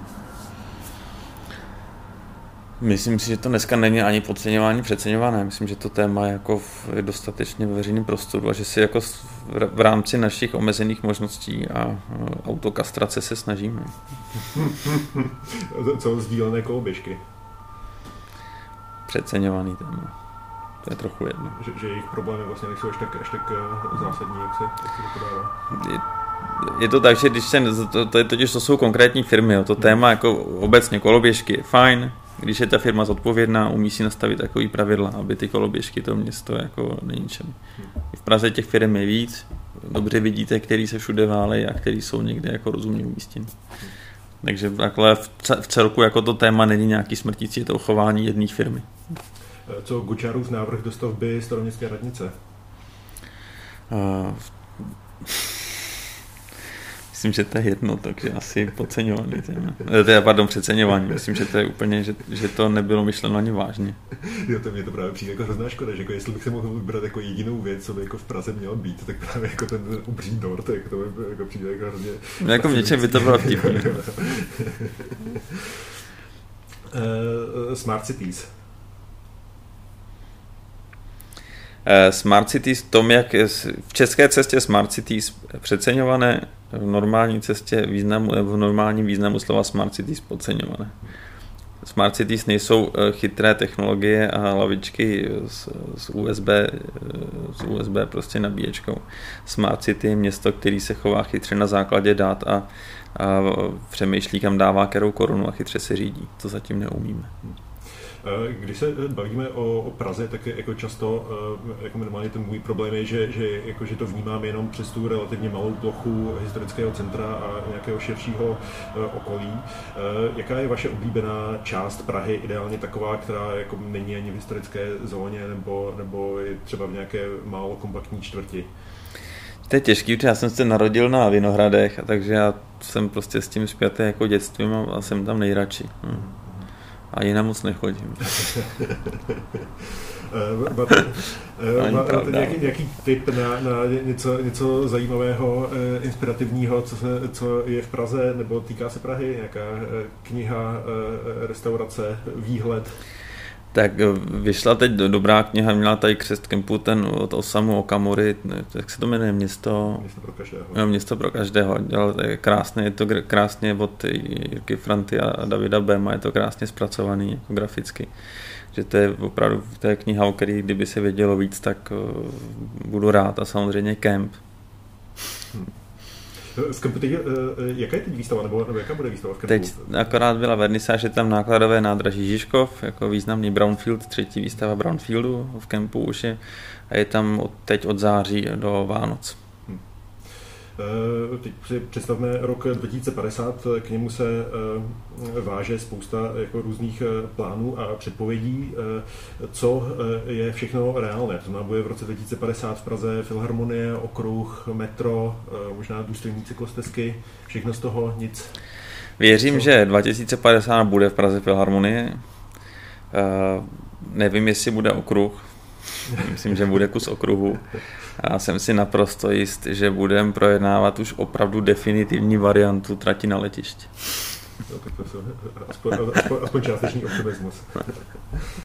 Myslím si, že to dneska není ani podceňování, přeceňované. Myslím, že to téma je jako v, dostatečně ve veřejném prostoru a že si jako v rámci našich omezených možností a autokastrace se snažíme. Co sdílené koloběžky? Přeceňovaný téma. To je trochu jedno. Že, že jejich problémy vlastně nejsou až tak, až tak zásadní, jak se, jak se to podává. Je, je to tak, že když se, to, to, je totiž to jsou konkrétní firmy, jo. To téma jako obecně koloběžky je fajn, když je ta firma zodpovědná, umí si nastavit takový pravidla, aby ty koloběžky to město jako neníčely. V Praze těch firm je víc, dobře vidíte, který se všude válejí a který jsou někde jako rozumně umístěni. Takže takhle v celku jako to téma není nějaký smrtící, je to chování jedné firmy. Co Gučárův návrh dostavby staroměstské radnice? Uh, Myslím, že to je jedno, takže asi podceňovaný téma. Teda, pardon, přeceňování. Myslím, že to je úplně, že, že to nebylo myšleno ani vážně. Jo, to mě to právě přijde jako hrozná škoda, že jako jestli bych se mohl vybrat jako jedinou věc, co by jako v Praze mělo být, tak právě jako ten ubří dort, jako to by jako přijde jako hrozně... Jako v něčem by to bylo vtipný. uh, Smart Cities. Smart Cities, tom, jak v české cestě Smart Cities přeceňované, v normální cestě významu, v normálním významu slova Smart Cities podceňované. Smart Cities nejsou chytré technologie a lavičky s, s U S B, s U S B prostě nabíječkou. Smart City je město, který se chová chytře na základě dat a, a přemýšlí, kam dává kterou korunu a chytře se řídí. To zatím neumíme. Když se bavíme o, o Praze, tak jako často, jako minimálně ten můj problém je, že, že, jako, že to vnímám jenom přes tu relativně malou plochu historického centra a nějakého širšího okolí. Jaká je vaše oblíbená část Prahy, ideálně taková, která jako není ani v historické zóně nebo, nebo je třeba v nějaké málo kompaktní čtvrti? To je těžký, protože já jsem se narodil na Vinohradech, a takže já jsem prostě s tím spjatý jako dětstvím a jsem tam nejradši. Hmm. A jinam moc nechodím. Máte, máte nějaký, nějaký tip na, na něco, něco zajímavého, inspirativního, co, se, co je v Praze, nebo týká se Prahy? Nějaká kniha, restaurace, výhled? Tak vyšla teď dobrá kniha, měla tady Křest Kempu, ten od Osamu Okamury, jak se to jmenuje, město... Město pro každého. Jo, Město pro každého. To je krásné, je to krásně od Jirky Franty a Davida Béma, je to krásně zpracovaný jako graficky. Že to je opravdu to je kniha, o který kdyby se vědělo víc, tak budu rád. A samozřejmě Kemp. Hmm. Z Kempu teď, jaká je teď výstava, nebo, nebo jaká bude výstava v Kempu? Teď akorát byla vernisáž, je tam nákladové nádraží Žižkov, jako významný brownfield, třetí výstava brownfieldu v Kempu už je, a je tam od, teď od září do Vánoc. Hmm. Teď si představme rok dva tisíce padesát, k němu se váže spousta jako různých plánů a předpovědí, co je všechno reálné. To znamená, bude v roce dva tisíce padesát v Praze filharmonie, okruh, metro, možná důstojní cyklostezky, všechno z toho nic. Věřím, co? Že dva tisíce padesát bude v Praze filharmonie. Nevím, jestli bude okruh. Myslím, že bude kus okruhu. Já jsem si naprosto jist, že budeme projednávat už opravdu definitivní variantu trati na letišti. No, tak to jsou aspoň, aspoň, aspoň částečný optimismus.